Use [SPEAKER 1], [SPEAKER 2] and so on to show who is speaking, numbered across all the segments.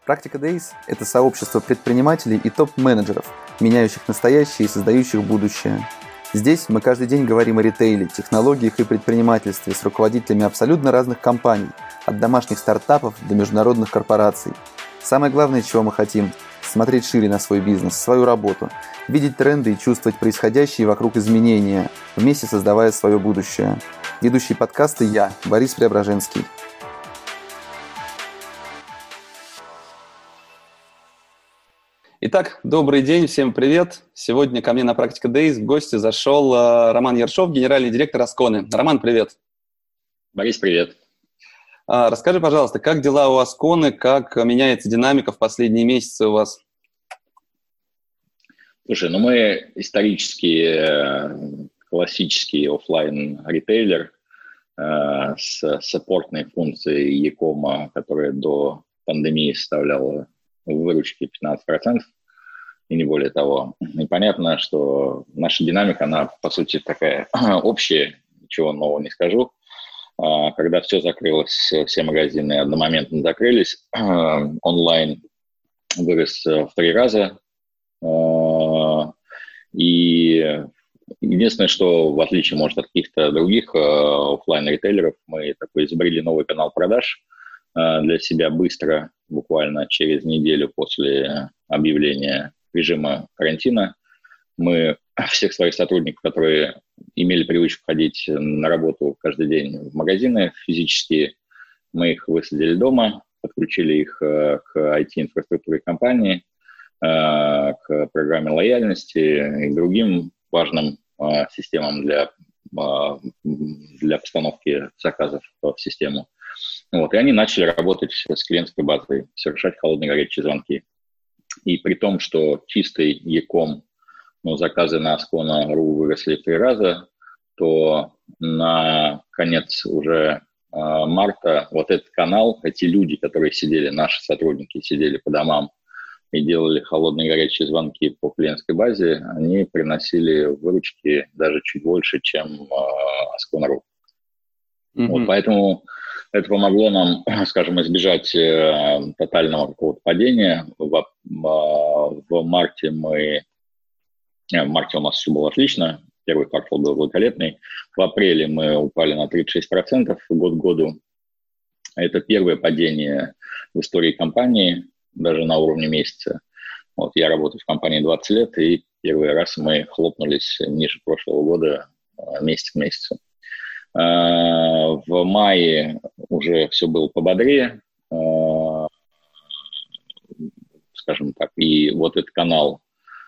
[SPEAKER 1] Практика Days– это сообщество предпринимателей и топ-менеджеров, меняющих настоящее и создающих будущее. Здесь мы каждый день говорим о ритейле, технологиях и предпринимательстве с руководителями абсолютно разных компаний, от домашних стартапов до международных корпораций. Самое главное, чего мы хотим – смотреть шире на свой бизнес, свою работу, видеть тренды и чувствовать происходящие вокруг изменения, вместе создавая свое будущее. Ведущий подкаста я, Борис Преображенский. Итак, добрый день, всем привет. Сегодня ко мне на Практика Days в гости зашел Роман Ершов, генеральный директор Асконы. Роман, привет.
[SPEAKER 2] Борис, привет.
[SPEAKER 1] Расскажи, пожалуйста, как дела у Асконы, как меняется динамика в последние месяцы у вас?
[SPEAKER 2] Слушай, мы исторический, классический офлайн-ритейлер с саппортной функцией e-com, которая до пандемии составляла выручки 15%, и не более того. И понятно, что наша динамика, она, по сути, такая общая, ничего нового не скажу. Когда все закрылось, все магазины одномоментно закрылись, онлайн вырос в 3 раза. И единственное, что в отличие, может, от каких-то других офлайн-ритейлеров, мы такой изобрели новый канал продаж для себя быстро, буквально через неделю после объявления режима карантина. Мы всех своих сотрудников, которые имели привычку ходить на работу каждый день в магазины физически, мы их высадили дома, подключили их к IT-инфраструктуре компании, к программе лояльности и к другим важным системам для постановки заказов в систему. Вот, и они начали работать с клиентской базой, совершать холодные горячие звонки. И при том, что чистый e-com, заказы на Ascona.ru выросли в 3 раза, то на конец уже марта вот этот канал, эти люди, которые сидели, наши сотрудники, сидели по домам и делали холодные горячие звонки по клиентской базе, они приносили выручки даже чуть больше, чем Ascona.ru. Вот, поэтому это помогло нам, скажем, избежать тотального какого-то падения. В марте у нас все было отлично, первый квартал был великолепный. В апреле мы упали на 36% год к году. Это первое падение в истории компании, даже на уровне месяца. Вот, я работаю в компании 20 лет, и первый раз мы хлопнулись ниже прошлого года месяц к месяцу. В мае уже все было пободрее, скажем так, и вот этот канал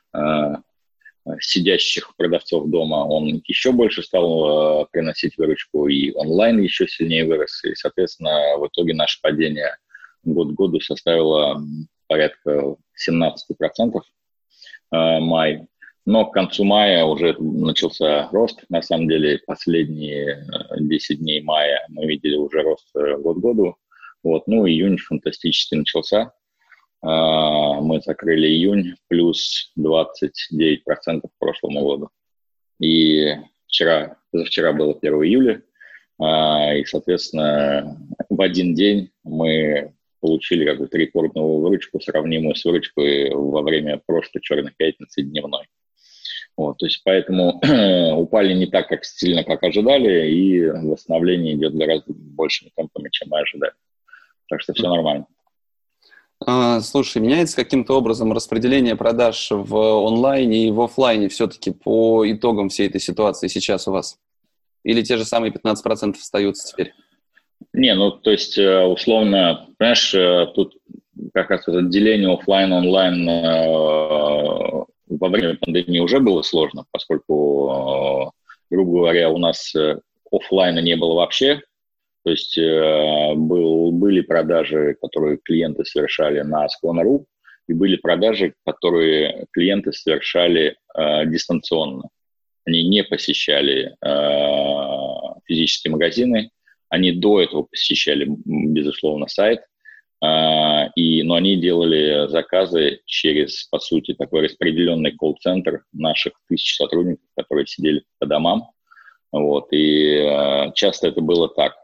[SPEAKER 2] сидящих продавцов дома, он еще больше стал приносить выручку, и онлайн еще сильнее вырос, и, соответственно, в итоге наше падение год к году составило порядка 17% май. Но к концу мая уже начался рост. На самом деле, последние 10 дней мая мы видели уже рост год к году. Вот. Ну, июнь фантастически начался. Мы закрыли июнь плюс 29% к прошлому году. И позавчера было 1 июля. И, соответственно, в один день мы получили какую-то рекордную выручку, сравнимую с выручкой во время прошлой Черной пятницы дневной. Вот, то есть поэтому упали не так как сильно, как ожидали, и восстановление идет гораздо большими темпами, чем мы ожидали. Так что все нормально.
[SPEAKER 1] Слушай, меняется каким-то образом распределение продаж в онлайне и в офлайне все-таки по итогам всей этой ситуации сейчас у вас? Или те же самые 15% остаются теперь?
[SPEAKER 2] Не, то есть условно, понимаешь, тут как раз это деление офлайн-онлайн во время пандемии уже было сложно, поскольку, грубо говоря, у нас офлайна не было вообще. То есть были продажи, которые клиенты совершали на Ascona.ru, и были продажи, которые клиенты совершали дистанционно. Они не посещали физические магазины, они до этого посещали, безусловно, сайт, но они делали заказы через, по сути, такой распределенный колл-центр наших 1000 сотрудников, которые сидели по домам. Вот, и часто это было так.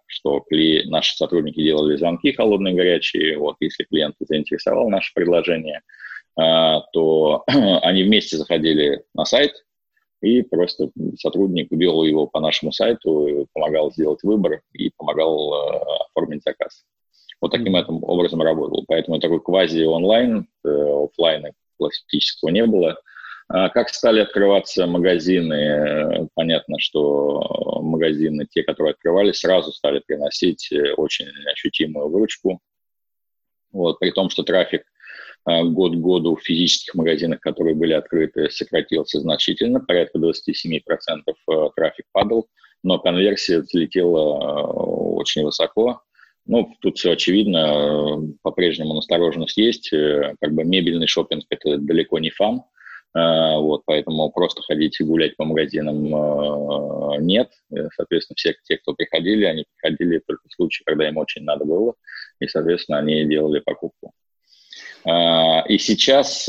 [SPEAKER 2] что наши сотрудники делали звонки холодные, горячие. Вот, если клиент заинтересовал наше предложение, то они вместе заходили на сайт, и просто сотрудник ввел его по нашему сайту, помогал сделать выбор и помогал оформить заказ. Вот таким образом работал. Поэтому такой квази-онлайн, офлайна классического не было. Как стали открываться магазины? Понятно, что магазины, те, которые открывались, сразу стали приносить очень ощутимую выручку. Вот, при том, что трафик год к году в физических магазинах, которые были открыты, сократился значительно, порядка 27% трафик падал, но конверсия взлетела очень высоко. Ну, тут все очевидно, по-прежнему настороженность есть, как бы мебельный шопинг – это далеко не фан, вот, поэтому просто ходить и гулять по магазинам нет. Соответственно, все те, кто приходили, они приходили только в случае, когда им очень надо было, и, соответственно, они делали покупку. И сейчас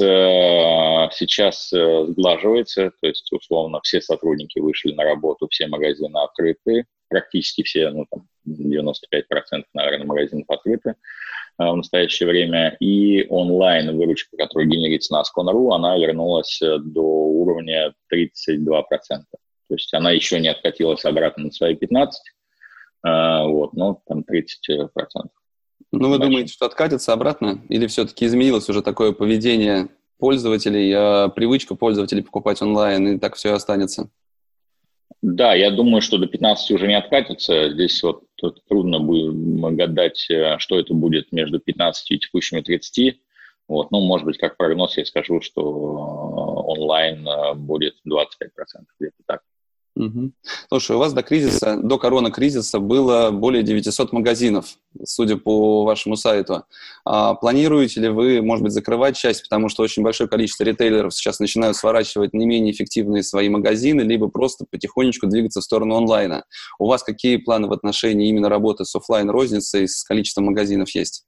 [SPEAKER 2] сглаживается, то есть, условно, все сотрудники вышли на работу, все магазины открыты, практически все, ну, там, 95%, наверное, магазинов открыты в настоящее время, и онлайн-выручка, которая генерится на Ascon.ru, она вернулась до уровня 32%. То есть она еще не откатилась обратно на свои 15%, вот, но там 30%.
[SPEAKER 1] Ну, вы думаете, что откатится обратно? Или все-таки изменилось уже такое поведение пользователей, привычка пользователей покупать онлайн, и так все останется?
[SPEAKER 2] Да, я думаю, что до 15 уже не откатится. Здесь вот тут трудно будет гадать, что это будет между 15 и текущими 30. Вот. Ну, может быть, как прогноз я скажу, что онлайн будет 25%, где-то так.
[SPEAKER 1] Угу. Слушай, у вас до коронакризиса было более 900 магазинов, судя по вашему сайту. Планируете ли вы, может быть, закрывать часть, потому что очень большое количество ритейлеров сейчас начинают сворачивать не менее эффективные свои магазины, либо просто потихонечку двигаться в сторону онлайна? У вас какие планы в отношении именно работы с офлайн-розницей, с количеством магазинов есть?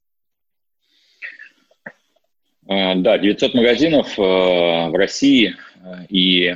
[SPEAKER 2] Да, 900 магазинов в России, и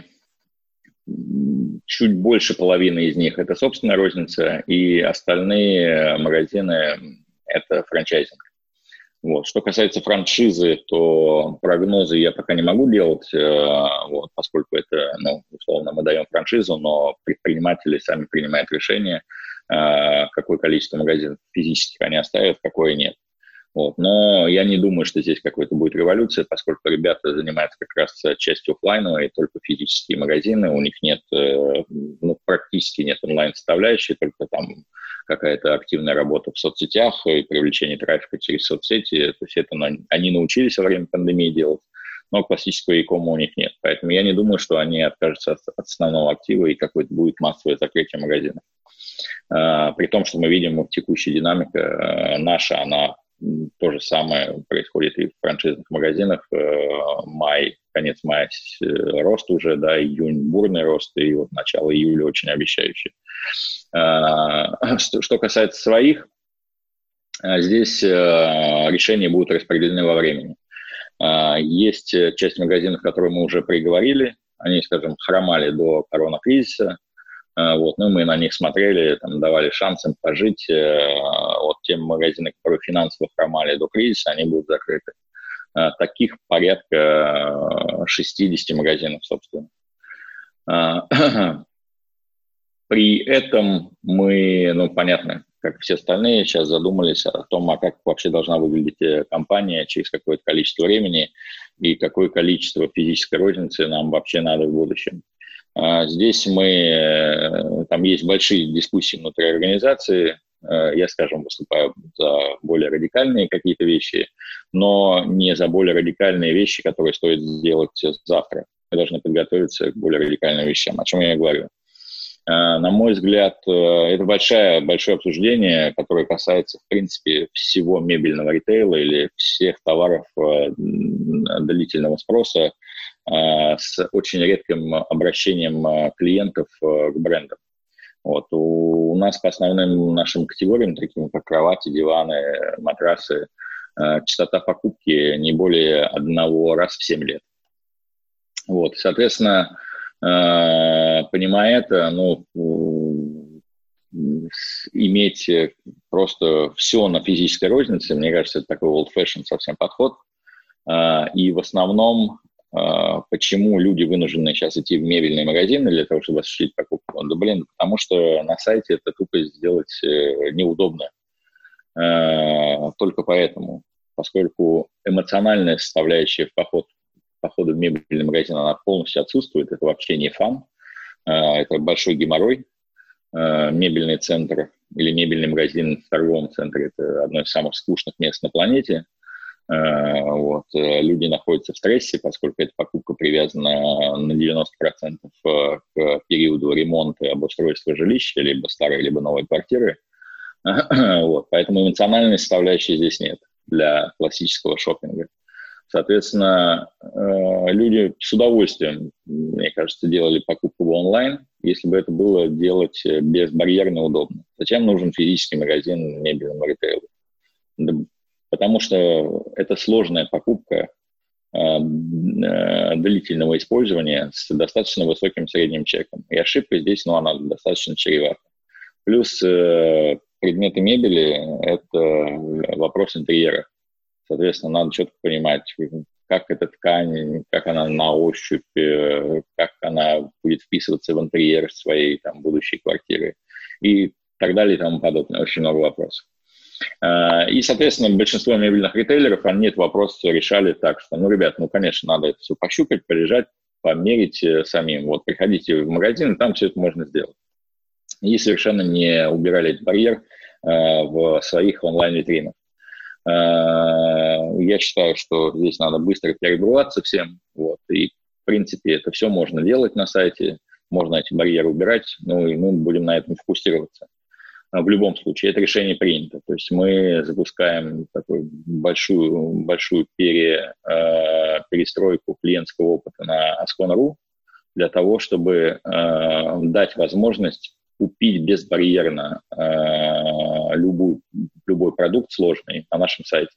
[SPEAKER 2] чуть больше половины из них – это собственная розница, и остальные магазины – это франчайзинг. Вот. Что касается франшизы, то прогнозы я пока не могу делать, вот, поскольку это, ну, условно, мы даем франшизу, но предприниматели сами принимают решение, какое количество магазинов физических они оставят, какое нет. Вот. Но я не думаю, что здесь какой-то будет революция, поскольку ребята занимаются как раз частью офлайновой, только физические магазины, у них нет, ну, практически нет онлайн-составляющей, только там какая-то активная работа в соцсетях и привлечение трафика через соцсети. То есть это они научились во время пандемии делать, но классического e-кома у них нет. Поэтому я не думаю, что они откажутся от основного актива и какое-то будет массовое закрытие магазинов. При том, что мы видим, текущая динамика наша, она то же самое происходит и в франшизных магазинах. Май, конец мая рост уже, да, июнь бурный рост, и вот начало июля очень обещающий. Что касается своих, здесь решения будут распределены во времени. Есть часть магазинов, которые мы уже приговорили, они, скажем, хромали до коронакризиса. Вот, ну, мы на них смотрели, там, давали шанс им пожить. Вот те магазины, которые финансово хромали до кризиса, они будут закрыты. Таких порядка 60 магазинов, собственно. При этом мы, ну, понятно, как все остальные, сейчас задумались о том, а как вообще должна выглядеть компания через какое-то количество времени и какое количество физической розницы нам вообще надо в будущем. Здесь там есть большие дискуссии внутри организации. Я, скажем, выступаю за более радикальные какие-то вещи, но не за более радикальные вещи, которые стоит сделать завтра. Мы должны подготовиться к более радикальным вещам. О чем я говорю? На мой взгляд, это большое обсуждение, которое касается, в принципе, всего мебельного ритейла или всех товаров длительного спроса, с очень редким обращением клиентов к брендам. Вот. У нас по основным нашим категориям, таким как кровати, диваны, матрасы, частота покупки не более одного раза в 7 лет. Вот. Соответственно, понимая это, ну, иметь просто все на физической рознице, мне кажется, это такой old-fashioned совсем подход. И в основном, почему люди вынуждены сейчас идти в мебельный магазин для того, чтобы осуществить покупку? Да, потому что на сайте это тупо сделать неудобно. Только поэтому, поскольку эмоциональная составляющая похода в мебельный магазин, она полностью отсутствует, это вообще не фан, это большой геморрой. Мебельный центр или мебельный магазин в торговом центре – это одно из самых скучных мест на планете. Люди находятся в стрессе, поскольку эта покупка привязана на 90% к периоду ремонта и обустройства жилища, либо старой, либо новой квартиры. Поэтому эмоциональной составляющей здесь нет для классического шопинга. Соответственно, люди с удовольствием, мне кажется, делали покупку в онлайн, если бы это было делать безбарьерно удобно. Зачем нужен физический магазин мебельного ритейла? Да, потому что это сложная покупка длительного использования с достаточно высоким средним чеком. И ошибка здесь, она достаточно чревата. Плюс предметы мебели – это вопрос интерьера. Соответственно, надо четко понимать, как эта ткань, как она на ощупь, как она будет вписываться в интерьер своей будущей квартиры и так далее и тому подобное. Очень много вопросов. И, соответственно, большинство мебельных ритейлеров, они этот вопрос решали так, что, ребят, конечно, надо это все пощупать, полежать, померить самим. Приходите в магазин, и там все это можно сделать. И совершенно не убирали этот барьер в своих онлайн-витринах. Я считаю, что здесь надо быстро перегруваться всем. И, в принципе, это все можно делать на сайте, можно эти барьеры убирать, и мы будем на этом фокусироваться. В любом случае, это решение принято. То есть мы запускаем такую большую перестройку клиентского опыта на Ascona.ru для того, чтобы дать возможность купить безбарьерно любой продукт сложный на нашем сайте.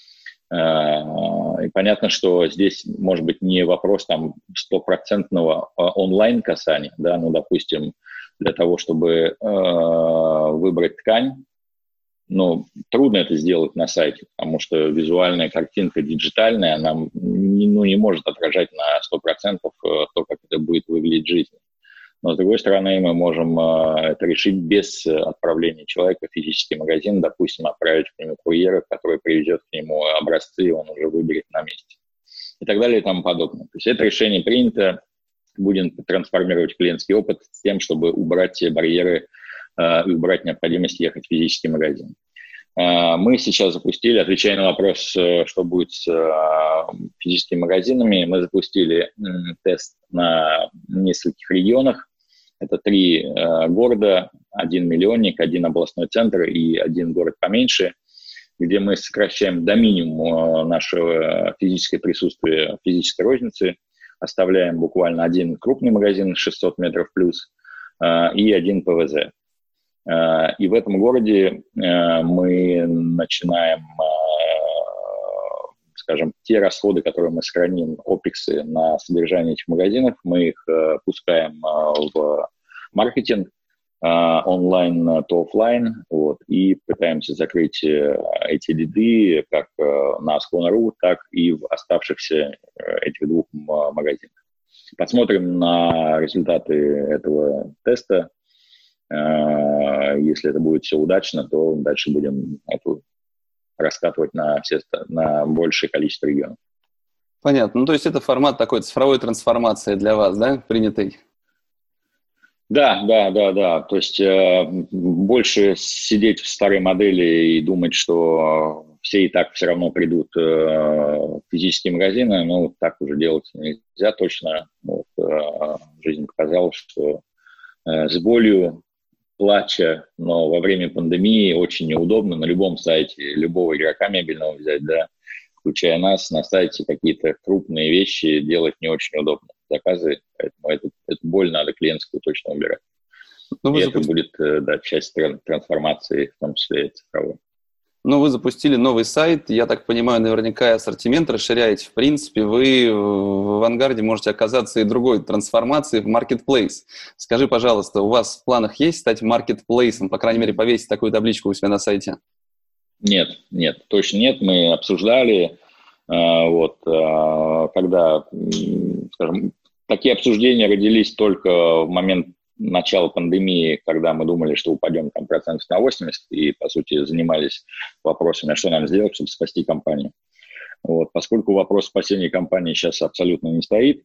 [SPEAKER 2] И понятно, что здесь может быть не вопрос стопроцентного онлайн-касания, допустим, для того, чтобы выбрать ткань, трудно это сделать на сайте, потому что визуальная картинка диджитальная, она не может отражать на 100% то, как это будет выглядеть в жизни. Но, с другой стороны, мы можем это решить без отправления человека в физический магазин, допустим, отправить к нему курьера, который привезет к нему образцы, и он уже выберет на месте. И так далее и тому подобное. То есть это решение принято, будем трансформировать клиентский опыт с тем, чтобы убрать те барьеры и убрать необходимость ехать в физический магазин. Мы сейчас запустили, отвечая на вопрос, что будет с физическими магазинами, мы запустили тест на нескольких регионах. Это 3 города, 1 миллионник, 1 областной центр и 1 город поменьше, где мы сокращаем до минимума наше физическое присутствие в физической рознице, оставляем буквально 1 крупный магазин 600 метров плюс и 1 ПВЗ. И в этом городе мы начинаем, скажем, те расходы, которые мы сохраним, опексы на содержание этих магазинов, мы их пускаем в маркетинг онлайн то офлайн, и пытаемся закрыть эти лиды как на Ascona.ru, так и в оставшихся этих 2 магазинах. Посмотрим на результаты этого теста. Если это будет все удачно, то дальше будем это раскатывать на большее количество регионов.
[SPEAKER 1] Понятно. То есть это формат такой цифровой трансформации для вас, да, принятый?
[SPEAKER 2] Да. То есть больше сидеть в старой модели и думать, что все и так все равно придут в физические магазины, так уже делать нельзя точно. Жизнь показала, что с болью, плача, но во время пандемии очень неудобно на любом сайте, любого игрока мебельного взять, включая нас, на сайте какие-то крупные вещи делать не очень удобно. Заказы, поэтому эту боль надо клиентскую точно убирать. И это будет, часть трансформации, в том числе и цифровой.
[SPEAKER 1] Ну, вы запустили новый сайт, я так понимаю, наверняка ассортимент расширяете. В принципе, вы в авангарде можете оказаться и другой трансформации в marketplace. Скажи, пожалуйста, у вас в планах есть стать маркетплейсом, по крайней мере, повесить такую табличку у себя на сайте?
[SPEAKER 2] Нет, точно нет. Мы обсуждали, когда, скажем, такие обсуждения родились только в момент начала пандемии, когда мы думали, что упадем там процентов на 80, и, по сути, занимались вопросами, а что нам сделать, чтобы спасти компанию. Вот. Поскольку вопрос спасения компании сейчас абсолютно не стоит,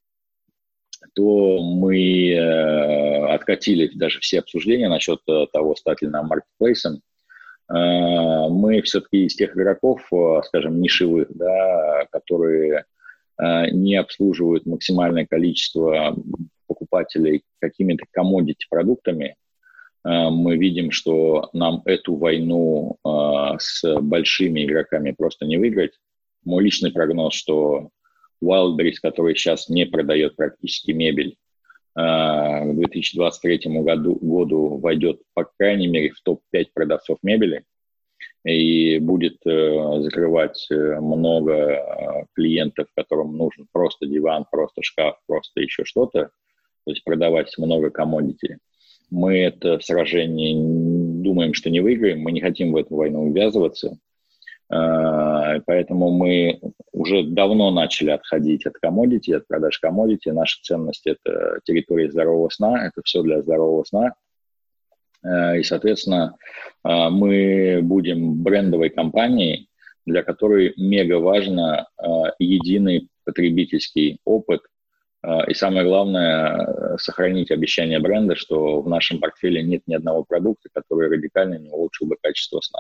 [SPEAKER 2] то мы откатили даже все обсуждения насчет того, стать ли нам маркетплейсом. Мы все-таки из тех игроков, скажем, нишевых, да, которые не обслуживают максимальное количество покупателей какими-то commodity-продуктами. Мы видим, что нам эту войну с большими игроками просто не выиграть. Мой личный прогноз, что Wildberries, который сейчас не продает практически мебель, к 2023 году войдет, по крайней мере, в топ-5 продавцов мебели и будет закрывать много клиентов, которым нужен просто диван, просто шкаф, просто еще что-то, то есть продавать много commodity. Мы это сражение думаем, что не выиграем, мы не хотим в эту войну ввязываться, поэтому мы уже давно начали отходить от commodity, от продаж commodity. Наша ценность – это территория здорового сна, это все для здорового сна. И, соответственно, мы будем брендовой компанией, для которой мега важно единый потребительский опыт. И самое главное, сохранить обещание бренда, что в нашем портфеле нет ни одного продукта, который радикально не улучшил бы качество сна.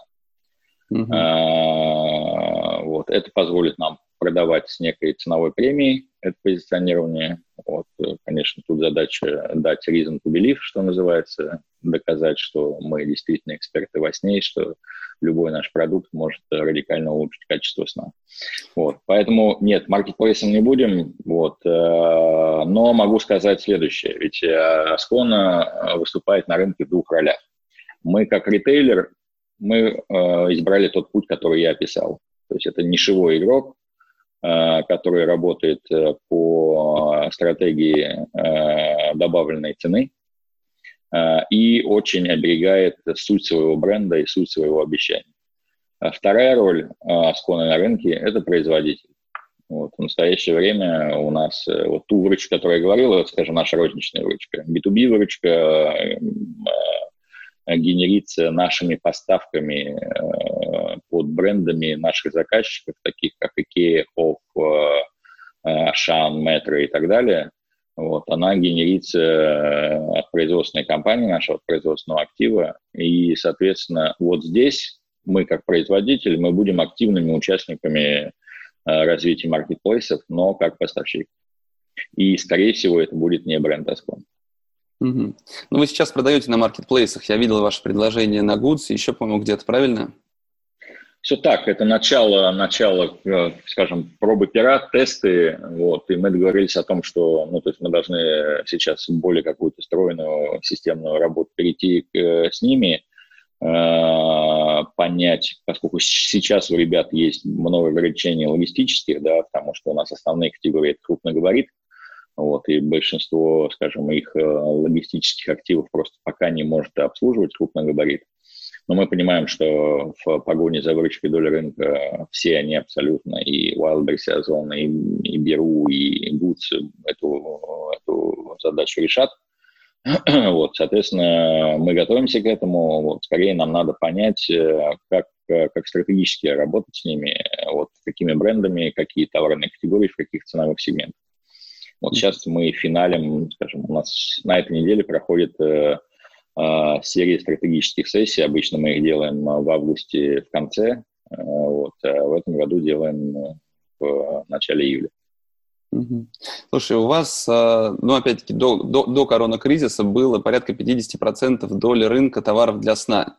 [SPEAKER 2] Вот. Это позволит нам продавать с некой ценовой премией это позиционирование. Вот. Конечно, тут задача дать reason to believe, что называется, доказать, что мы действительно эксперты во сне, и что любой наш продукт может радикально улучшить качество сна. Вот. Поэтому нет, маркетплейсом не будем, вот. Но могу сказать следующее. Ведь Ascona выступает на рынке в двух ролях. Мы как ритейлер, мы избрали тот путь, который я описал. То есть это нишевой игрок, который работает по стратегии добавленной цены и очень оберегает суть своего бренда и суть своего обещания. Вторая роль Ascona на рынке – это производитель. Вот, в настоящее время у нас вот ту выручку, о которой я говорил, это, скажем, наша розничная выручка. B2B выручка генерится нашими поставками под брендами наших заказчиков, таких как IKEA, Hof, Auchan, Metro и так далее. Вот, она генерится от производственной компании, нашего производственного актива. И, соответственно, вот здесь мы, как производитель, мы будем активными участниками развития маркетплейсов, но как поставщик. И, скорее всего, это будет не бренд Ascona.
[SPEAKER 1] Ну, вы сейчас продаете на маркетплейсах. Я видел ваше предложение на Goods, еще, по-моему, где-то, правильно?
[SPEAKER 2] Все так. Это начало, скажем, пробы пера, тесты. Вот, и мы договорились о том, что то есть мы должны сейчас более какую-то стройную системную работу перейти с ними, понять, поскольку сейчас у ребят есть много ограничений логистических, да, потому что у нас основные категории – это крупногабарит. Вот, и большинство, скажем, их логистических активов просто пока не может обслуживать крупногабарит. Но мы понимаем, что в погоне за выручкой доли рынка все они абсолютно, и Wildberries, и Озон, и Беру, и Goods эту задачу решат. Вот, соответственно, мы готовимся к этому. Вот, скорее нам надо понять, как стратегически работать с ними, вот, какими брендами, какие товарные категории, в каких ценовых сегментах. Вот сейчас мы финалем, скажем, у нас на этой неделе проходит серия стратегических сессий. Обычно мы их делаем в августе в конце, вот, а в этом году делаем в начале июля.
[SPEAKER 1] Слушай, у вас, опять-таки, до коронакризиса было порядка 50% доли рынка товаров для сна.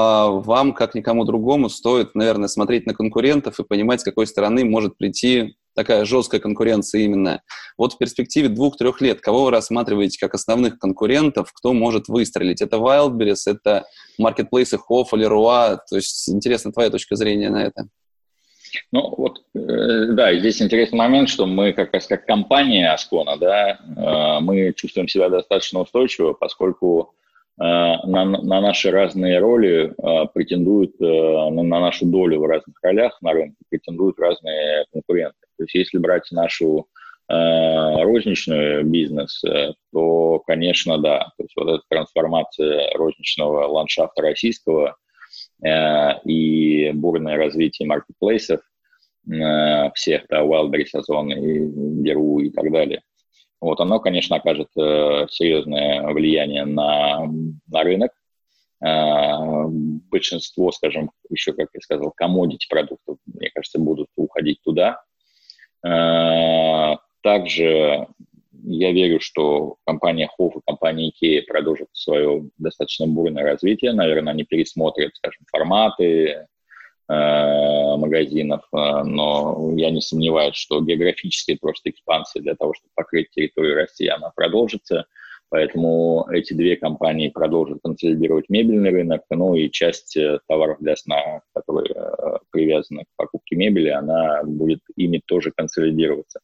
[SPEAKER 1] Вам, как никому другому, стоит, наверное, смотреть на конкурентов и понимать, с какой стороны может прийти такая жесткая конкуренция именно. Вот в перспективе 2-3 лет, кого вы рассматриваете как основных конкурентов, кто может выстрелить? Это Wildberries, это маркетплейсы Hoff или Rua? То есть интересна твоя точка зрения на это.
[SPEAKER 2] Ну, вот, да, здесь интересный момент, что мы как раз как компания Ascona, да, мы чувствуем себя достаточно устойчиво, поскольку на наши разные роли претендуют, на нашу долю в разных ролях на рынке претендуют разные конкуренты. То есть если брать нашу розничную бизнес, то, конечно, да, то есть вот эта трансформация розничного ландшафта российского и бурное развитие маркетплейсов всех, да, Wildberries, Озон и Беру и так далее. Вот, оно, конечно, окажет серьезное влияние на рынок. Большинство, скажем, еще, как я сказал, commodity продуктов, мне кажется, будут уходить туда. Также я верю, что компания Hoff и компания IKEA продолжат свое достаточно бурное развитие. Наверное, они пересмотрят, скажем, форматы магазинов, но я не сомневаюсь, что географическая просто экспансия для того, чтобы покрыть территорию России, она продолжится. Поэтому эти две компании продолжат консолидировать мебельный рынок, ну и часть товаров для сна, которые привязаны к покупке мебели, она будет ими тоже консолидироваться.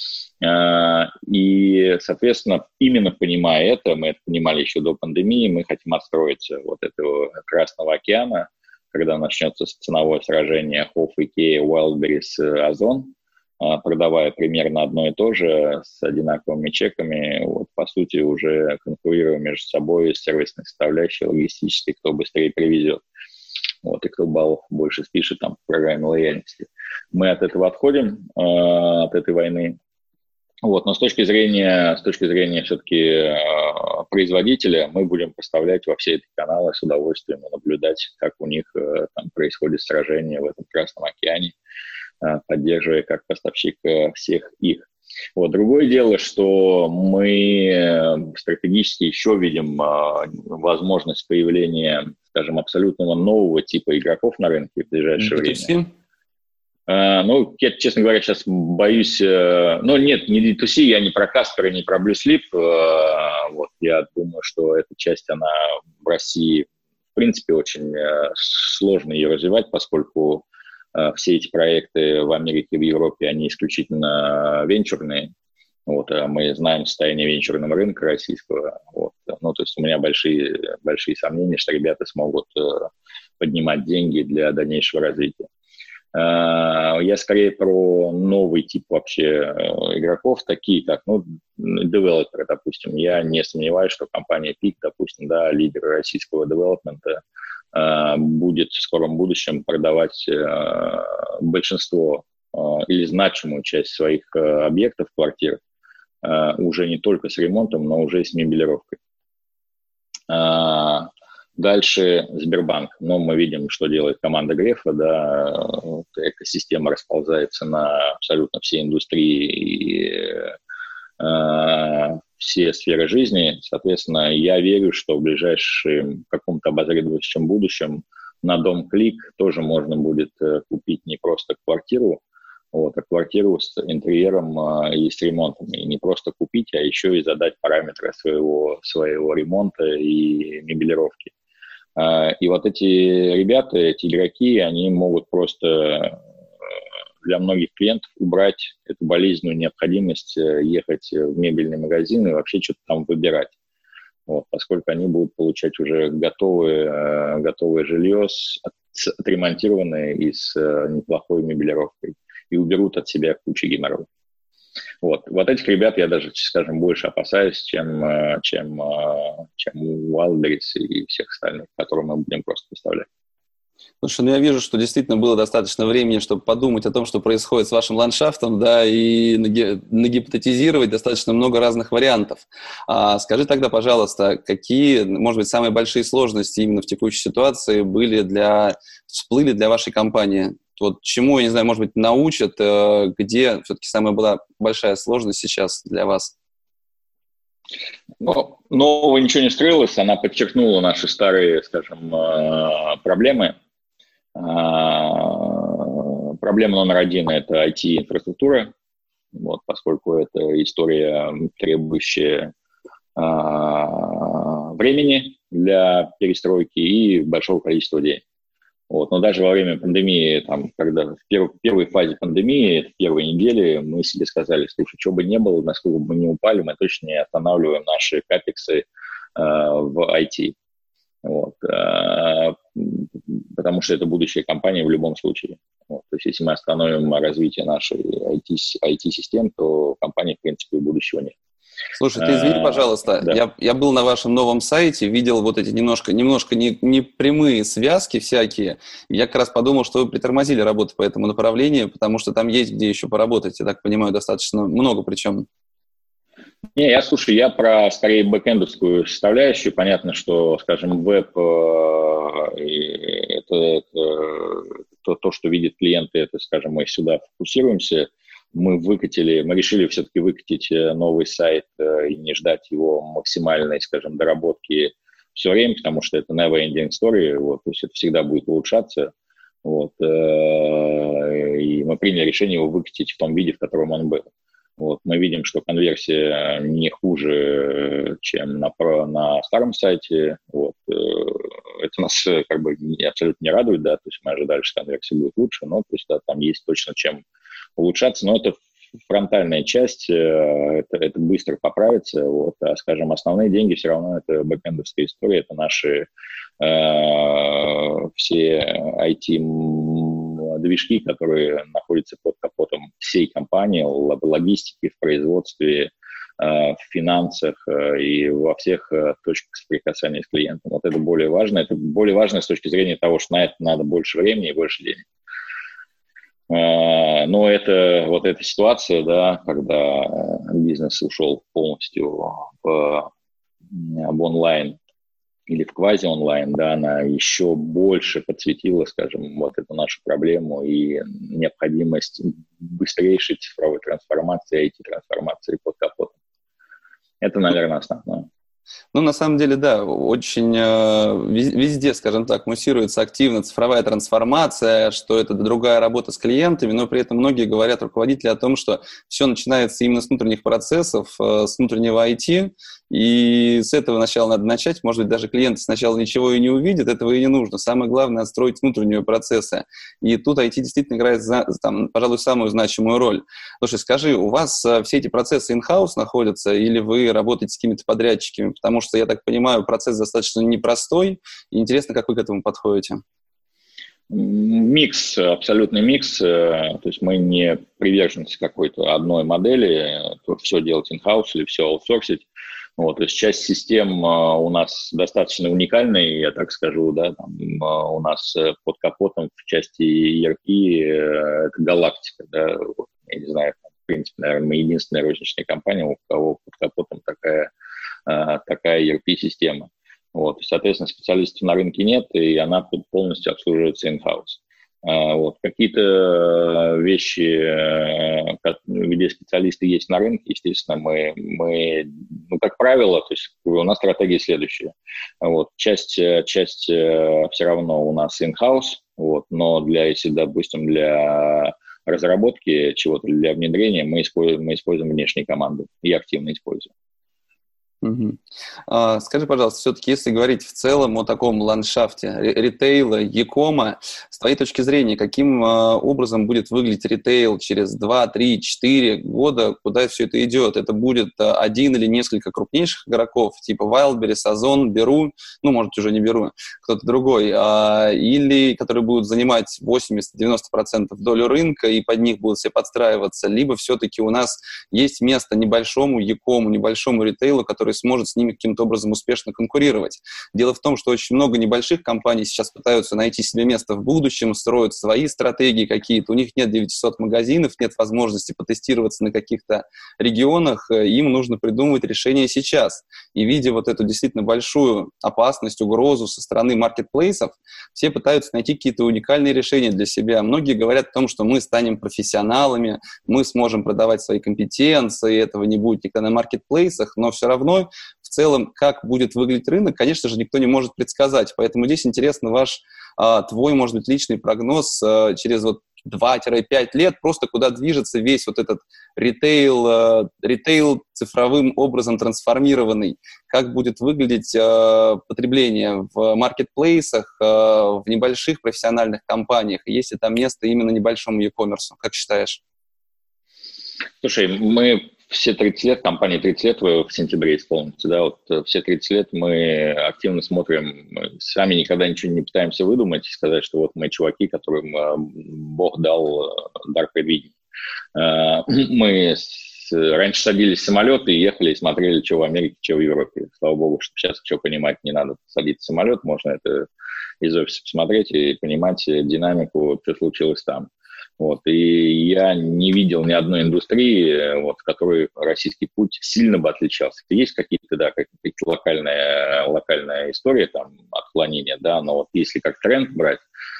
[SPEAKER 2] И, соответственно, именно понимая это, мы это понимали еще до пандемии, мы хотим отстроиться вот этого Красного океана, когда начнется ценовое сражение Hoff, IKEA, Wildberries, Озон, продавая примерно одно и то же с одинаковыми чеками, вот, по сути, уже конкурируя между собой с сервисной составляющей, логистической, кто быстрее привезет, вот, и кто баллов больше спишет там в программе лояльности. Мы от этого отходим, от этой войны. Вот, но с точки зрения все-таки производителя мы будем поставлять во все эти каналы с удовольствием и наблюдать, как у них там происходит сражение в этом Красном океане, поддерживая как поставщик всех их. Вот. Другое дело, что мы стратегически еще видим возможность появления, скажем, абсолютного нового типа игроков на рынке в ближайшее время. Ну, я, честно говоря, сейчас боюсь... Ну, нет, не D2C, я не про Каспер и не про Blue Slip. Вот, я думаю, что эта часть, она в России, в принципе, очень сложно ее развивать, поскольку все эти проекты в Америке и в Европе, они исключительно венчурные. Вот, мы знаем состояние венчурного рынка российского. Вот. Ну, то есть у меня большие сомнения, что ребята смогут поднимать деньги для дальнейшего развития. Я скорее про новый тип вообще игроков, такие как, ну, девелоперы, допустим. Я не сомневаюсь, что компания Peak, допустим, да, лидер российского девелопмента, будет в скором будущем продавать большинство или значимую часть своих объектов, квартир, уже не только с ремонтом, но уже и с мебелировкой. Дальше Сбербанк. Но мы видим, что делает команда Грефа. Да, экосистема расползается на абсолютно все индустрии и все сферы жизни. Соответственно, я верю, что в ближайшем каком-то обозримом будущем на дом-клик тоже можно будет купить не просто квартиру, вот, а квартиру с интерьером и с ремонтом. И не просто купить, а еще и задать параметры своего ремонта и мебелировки. И вот эти ребята, эти игроки, они могут просто для многих клиентов убрать эту болезненную необходимость ехать в мебельный магазин и вообще что-то там выбирать. Вот, поскольку они будут получать уже готовое жилье, отремонтированное и с неплохой мебелировкой, и уберут от себя кучу геморроя. Вот этих ребят я даже, скажем, больше опасаюсь, чем Wildberries и всех остальных, которые мы будем просто поставлять.
[SPEAKER 1] Слушай, ну я вижу, что действительно было достаточно времени, чтобы подумать о том, что происходит с вашим ландшафтом, да, и нагипотетизировать достаточно много разных вариантов. Скажи тогда, пожалуйста, какие, может быть, самые большие сложности именно в текущей ситуации всплыли для вашей компании? Вот чему, я не знаю, может быть, научат, где все-таки самая была большая сложность сейчас для вас?
[SPEAKER 2] Ну, нового ничего не скрылось, она подчеркнула наши старые, скажем, проблемы. Проблема номер один – это IT-инфраструктура. вот, поскольку это история, требующая времени для перестройки и большого количества денег. Вот. Но даже во время пандемии, там, когда в первой фазе пандемии, в первой неделе, мы себе сказали, слушай, что бы ни было, насколько бы мы не упали, мы точно не останавливаем наши капексы в IT. Вот. Потому что это будущее компании в любом случае. Вот. То есть если мы остановим развитие нашей IT-систем, то компании, в принципе, будущего нет.
[SPEAKER 1] Слушай, ты извини, пожалуйста,
[SPEAKER 2] да.
[SPEAKER 1] я был на вашем новом сайте, видел вот эти немножко не прямые связки всякие. Я как раз подумал, что вы притормозили работу по этому направлению, потому что там есть где еще поработать, я так понимаю, достаточно много причем.
[SPEAKER 2] Не, я про скорее бэкэндовскую составляющую. Понятно, что, скажем, веб это то, что видят клиенты, это, скажем, мы сюда фокусируемся. Мы решили все-таки выкатить новый сайт и не ждать его максимальной, скажем, доработки все время, потому что это never-ending story, вот, то есть это всегда будет улучшаться. Вот, и мы приняли решение его выкатить в том виде, в котором он был. Вот, мы видим, что конверсия не хуже, чем на старом сайте. Вот, это нас как бы абсолютно не радует, да, то есть мы ожидали, что конверсия будет лучше, но то есть, да, там есть точно чем улучшаться, но это фронтальная часть, это быстро поправится, вот, а, скажем, основные деньги все равно это бэкэндовская история, это наши все IT-движки, которые находятся под капотом всей компании, логистики, в производстве, в финансах и во всех точках соприкасания с клиентом. Вот это более важно. Это более важно с точки зрения того, что на это надо больше времени и больше денег. Но это вот эта ситуация, да, когда бизнес ушел полностью в онлайн или в квази-онлайн, да, она еще больше подсветила, скажем, вот эту нашу проблему и необходимость быстрейшей цифровой трансформации, IT-трансформации под капотом. Это, наверное, основное.
[SPEAKER 1] Ну, на самом деле, да, очень везде, скажем так, муссируется активно цифровая трансформация, что это другая работа с клиентами, но при этом многие говорят, руководители, о том, что все начинается именно с внутренних процессов, с внутреннего IT, и с этого начала надо начать. Может быть, даже клиенты сначала ничего и не увидят, этого и не нужно. Самое главное — отстроить внутренние процессы. И тут IT действительно играет, там, пожалуй, самую значимую роль. Слушай, скажи, у вас все эти процессы in-house находятся, или вы работаете с какими-то подрядчиками? Потому что, я так понимаю, процесс достаточно непростой, и интересно, как вы к этому подходите.
[SPEAKER 2] Микс, абсолютный микс. То есть мы не приверженцы какой-то одной модели, все делать in-house или все аутсорсить. Вот, то есть часть систем у нас достаточно уникальная, я так скажу, да, там, у нас под капотом в части ERP это галактика, да, вот, я не знаю, в принципе, наверное, мы единственная розничная компания, у кого под капотом такая ERP-система. Вот, соответственно, специалистов на рынке нет, и она полностью обслуживается in-house. Вот. Какие-то вещи, где специалисты есть на рынке, естественно, мы как правило, то есть у нас стратегия следующая. Вот. Часть все равно у нас in-house, вот, но если, допустим, для разработки чего-то, для внедрения мы используем внешние команды и активно используем.
[SPEAKER 1] Угу. Скажи, пожалуйста, все-таки, если говорить в целом о таком ландшафте ритейла, e-кома, с твоей точки зрения, каким образом будет выглядеть ритейл через 2, 3, 4 года, куда все это идет? Это будет один или несколько крупнейших игроков, типа Wildberries, Озон, Беру, ну, может, уже не Беру, кто-то другой, или которые будут занимать 80-90% долю рынка, и под них будут все подстраиваться, либо все-таки у нас есть место небольшому e-кому, небольшому ритейлу, который сможет с ними каким-то образом успешно конкурировать. Дело в том, что очень много небольших компаний сейчас пытаются найти себе место в будущем, строят свои стратегии какие-то, у них нет 900 магазинов, нет возможности потестироваться на каких-то регионах, им нужно придумывать решения сейчас. И видя вот эту действительно большую опасность, угрозу со стороны маркетплейсов, все пытаются найти какие-то уникальные решения для себя. Многие говорят о том, что мы станем профессионалами, мы сможем продавать свои компетенции, этого не будет никогда на маркетплейсах, но все равно в целом, как будет выглядеть рынок, конечно же, никто не может предсказать. Поэтому здесь интересно твой, может быть, личный прогноз через вот 2-5 лет, просто куда движется весь вот этот ритейл цифровым образом трансформированный, как будет выглядеть потребление в маркетплейсах, в небольших профессиональных компаниях, есть ли там место именно небольшому e-commerce, как считаешь?
[SPEAKER 2] Слушай, мы все 30 лет, компании 30 лет в сентябре исполнится, да, вот все 30 лет мы активно смотрим, мы сами никогда ничего не пытаемся выдумать и сказать, что вот мы чуваки, которым Бог дал дар предвидения. Мы раньше садились в самолеты и ехали и смотрели, что в Америке, что в Европе. Слава богу, что сейчас что понимать не надо садиться в самолет, можно это из офиса посмотреть и понимать динамику, что случилось там. Вот. И я не видел ни одной индустрии, вот, в которой российский путь сильно бы отличался. Есть какие-то, да, какие-то локальная история, там, отклонения, да, но вот если как тренд брать,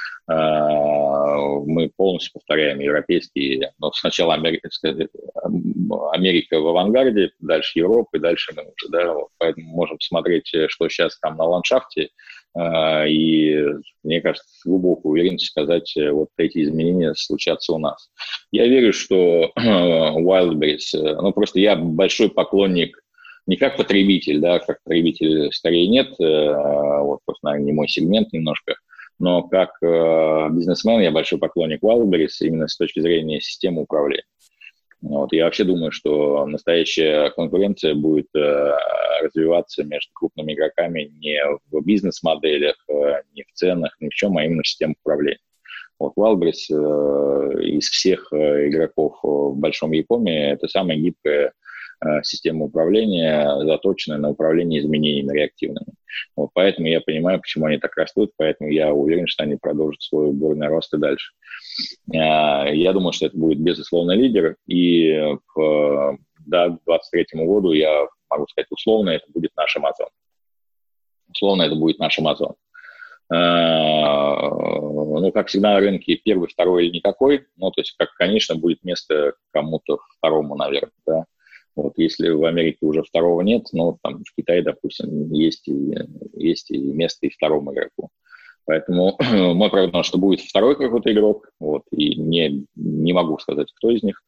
[SPEAKER 2] мы полностью повторяем европейские, но сначала Америка в авангарде, дальше Европа, и дальше мы уже, да, вот, поэтому можем посмотреть, что сейчас там на ландшафте, и, мне кажется, с глубокой уверенностью сказать, вот эти изменения случатся у нас. Я верю, что Wildberries, ну, просто я большой поклонник, не как потребитель, да, как потребитель скорее нет, вот просто, наверное, не мой сегмент немножко, но как бизнесмен я большой поклонник Wildberries именно с точки зрения системы управления. Вот. Я вообще думаю, что настоящая конкуренция будет развиваться между крупными игроками не в бизнес-моделях, не в ценах, ни в чем, а именно в системе управления. Вот Wildberries из всех игроков в большом Японии это самая гибкая система управления, заточенная на управление изменениями реактивными. Вот поэтому я понимаю, почему они так растут, поэтому я уверен, что они продолжат свой бурный рост и дальше. Я думаю, что это будет, безусловно, лидер, и к 2023 году, я могу сказать, условно, это будет наш Amazon. Условно, это будет наш Amazon. Ну, как всегда на рынке, первый, второй или никакой, ну, то есть, как, конечно, будет место кому-то второму, наверное, да. Вот, если в Америке уже второго нет, ну, там, в Китае, допустим, есть и место и второму игроку. Поэтому мой прогноз, что будет второй какой-то игрок, вот, и не могу сказать, кто из них.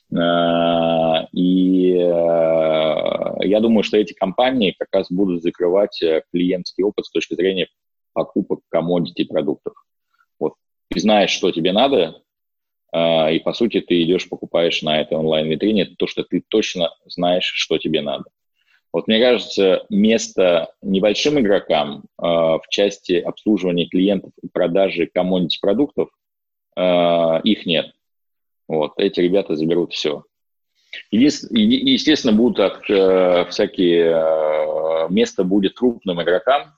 [SPEAKER 2] И я думаю, что эти компании как раз будут закрывать клиентский опыт с точки зрения покупок commodity продуктов. Вот, ты знаешь, что тебе надо, и, по сути, ты идешь, покупаешь на этой онлайн-витрине то, что ты точно знаешь, что тебе надо. Вот мне кажется, место небольшим игрокам в части обслуживания клиентов и продажи commodity-продуктов их нет. Вот, эти ребята заберут все. Естественно, будут всякие... Место будет крупным игрокам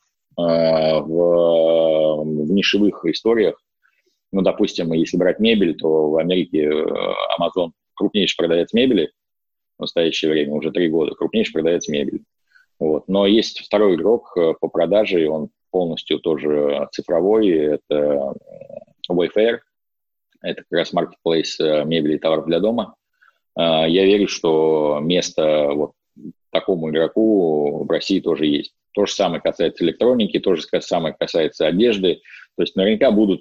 [SPEAKER 2] в нишевых историях. Ну, допустим, если брать мебель, то в Америке Amazon крупнейший продавец мебели в настоящее время, уже 3 года, крупнейший продавец мебели. Вот. Но есть второй игрок по продаже, и он полностью тоже цифровой, это Wayfair, это как раз маркетплейс мебели и товаров для дома. Я верю, что место вот такому игроку в России тоже есть. То же самое касается электроники, то же самое касается одежды. То есть наверняка будут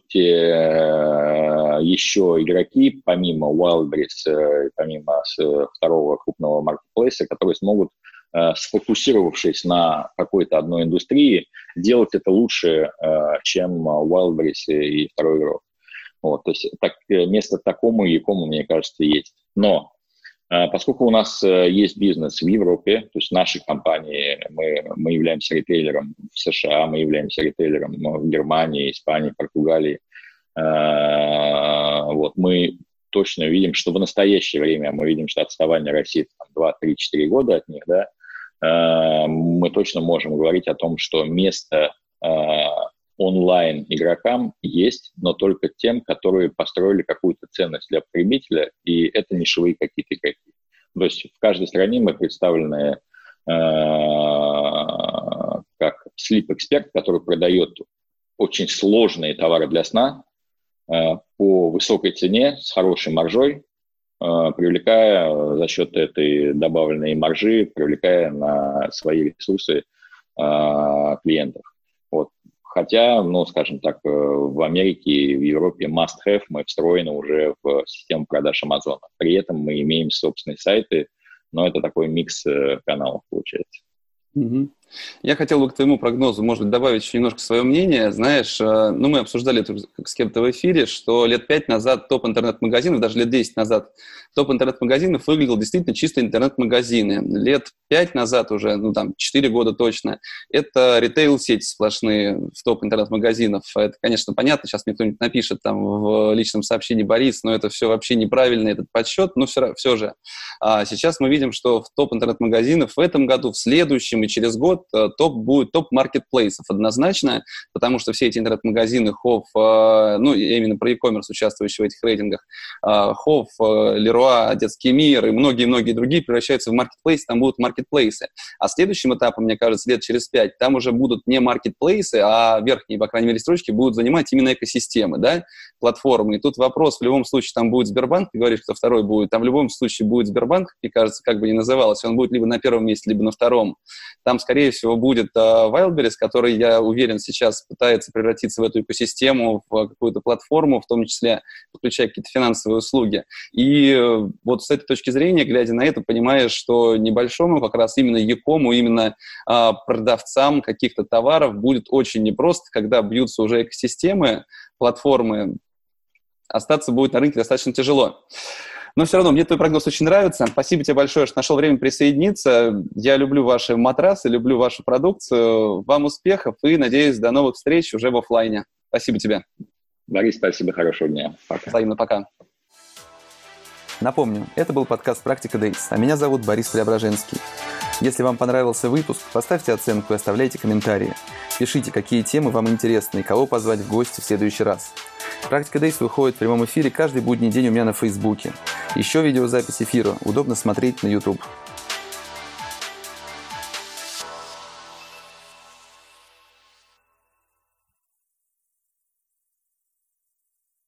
[SPEAKER 2] еще игроки, помимо Wildberries, помимо второго крупного маркетплейса, которые смогут, сфокусировавшись на какой-то одной индустрии, делать это лучше, чем Wildberries и второй игрок. Вот, то есть место такому и якому, мне кажется, есть. Но поскольку у нас есть бизнес в Европе, то есть наши компании, мы являемся ритейлером в США, мы являемся ритейлером в Германии, Испании, Португалии, вот, мы точно видим, что в настоящее время мы видим, что отставание России 2-3-4 года от них, да, мы точно можем говорить о том, что место онлайн игрокам есть, но только тем, которые построили какую-то ценность для потребителя, и это нишевые какие-то игроки. То есть в каждой стране мы представлены как слип-эксперт, который продает очень сложные товары для сна по высокой цене, с хорошей маржой, привлекая за счет этой добавленной маржи, привлекая на свои ресурсы клиентов. Вот. Хотя, ну, скажем так, в Америке и в Европе must-have мы встроены уже в систему продаж Амазона. При этом мы имеем собственные сайты, но это такой микс каналов получается.
[SPEAKER 3] Угу. Я хотел бы к твоему прогнозу, может быть, добавить еще немножко свое мнение. Знаешь, ну, мы обсуждали это с кем-то в эфире, что лет 5 назад топ интернет-магазинов, даже лет 10 назад, топ интернет-магазинов выглядел действительно чисто интернет-магазины. Лет 5 назад уже, ну, там, 4 года точно, это ритейл-сети сплошные в топ интернет-магазинов. Это, конечно, понятно, сейчас мне кто-нибудь напишет там в личном сообщении: Борис, но это все вообще неправильно, этот подсчет, но все же. А сейчас мы видим, что в топ интернет-магазинов в этом году, в следующем и через год будет топ маркетплейсов однозначно, потому что все эти интернет-магазины, Хофф, ну, именно про e-commerce, участвующие в этих рейтингах, Хофф, Леруа, Детский мир и многие-многие другие превращаются в маркетплейсы, там будут маркетплейсы. А следующим этапом, мне кажется, лет через 5, там уже будут не маркетплейсы, а верхние, по крайней мере, строчки будут занимать именно экосистемы, да, платформы. И тут вопрос, в любом случае, там будет Сбербанк, ты говоришь, кто второй будет, там в любом случае будет Сбербанк, мне кажется, как бы ни называлось, он будет либо на первом месте, либо на втором. Там, скорее всего, будет Wildberries, который, я уверен, сейчас пытается превратиться в эту экосистему, в какую-то платформу, в том числе подключая какие-то финансовые услуги. И вот с этой точки зрения, глядя на это, понимаешь, что небольшому, как раз именно e-кому, именно продавцам каких-то товаров будет очень непросто, когда бьются уже экосистемы, платформы, остаться будет на рынке достаточно тяжело. Но все равно, мне твой прогноз очень нравится. Спасибо тебе большое, что нашел время присоединиться. Я люблю ваши матрасы, люблю вашу продукцию. Вам успехов и, надеюсь, до новых встреч уже в офлайне. Спасибо тебе.
[SPEAKER 2] Борис, спасибо, хорошего дня.
[SPEAKER 3] Пока. Взаимно, пока.
[SPEAKER 1] Напомню, это был подкаст «Практика Days», а меня зовут Борис Преображенский. Если вам понравился выпуск, поставьте оценку и оставляйте комментарии. Пишите, какие темы вам интересны и кого позвать в гости в следующий раз. «Практика Days» выходит в прямом эфире каждый будний день у меня на Фейсбуке. Еще видеозапись эфира удобно смотреть на YouTube.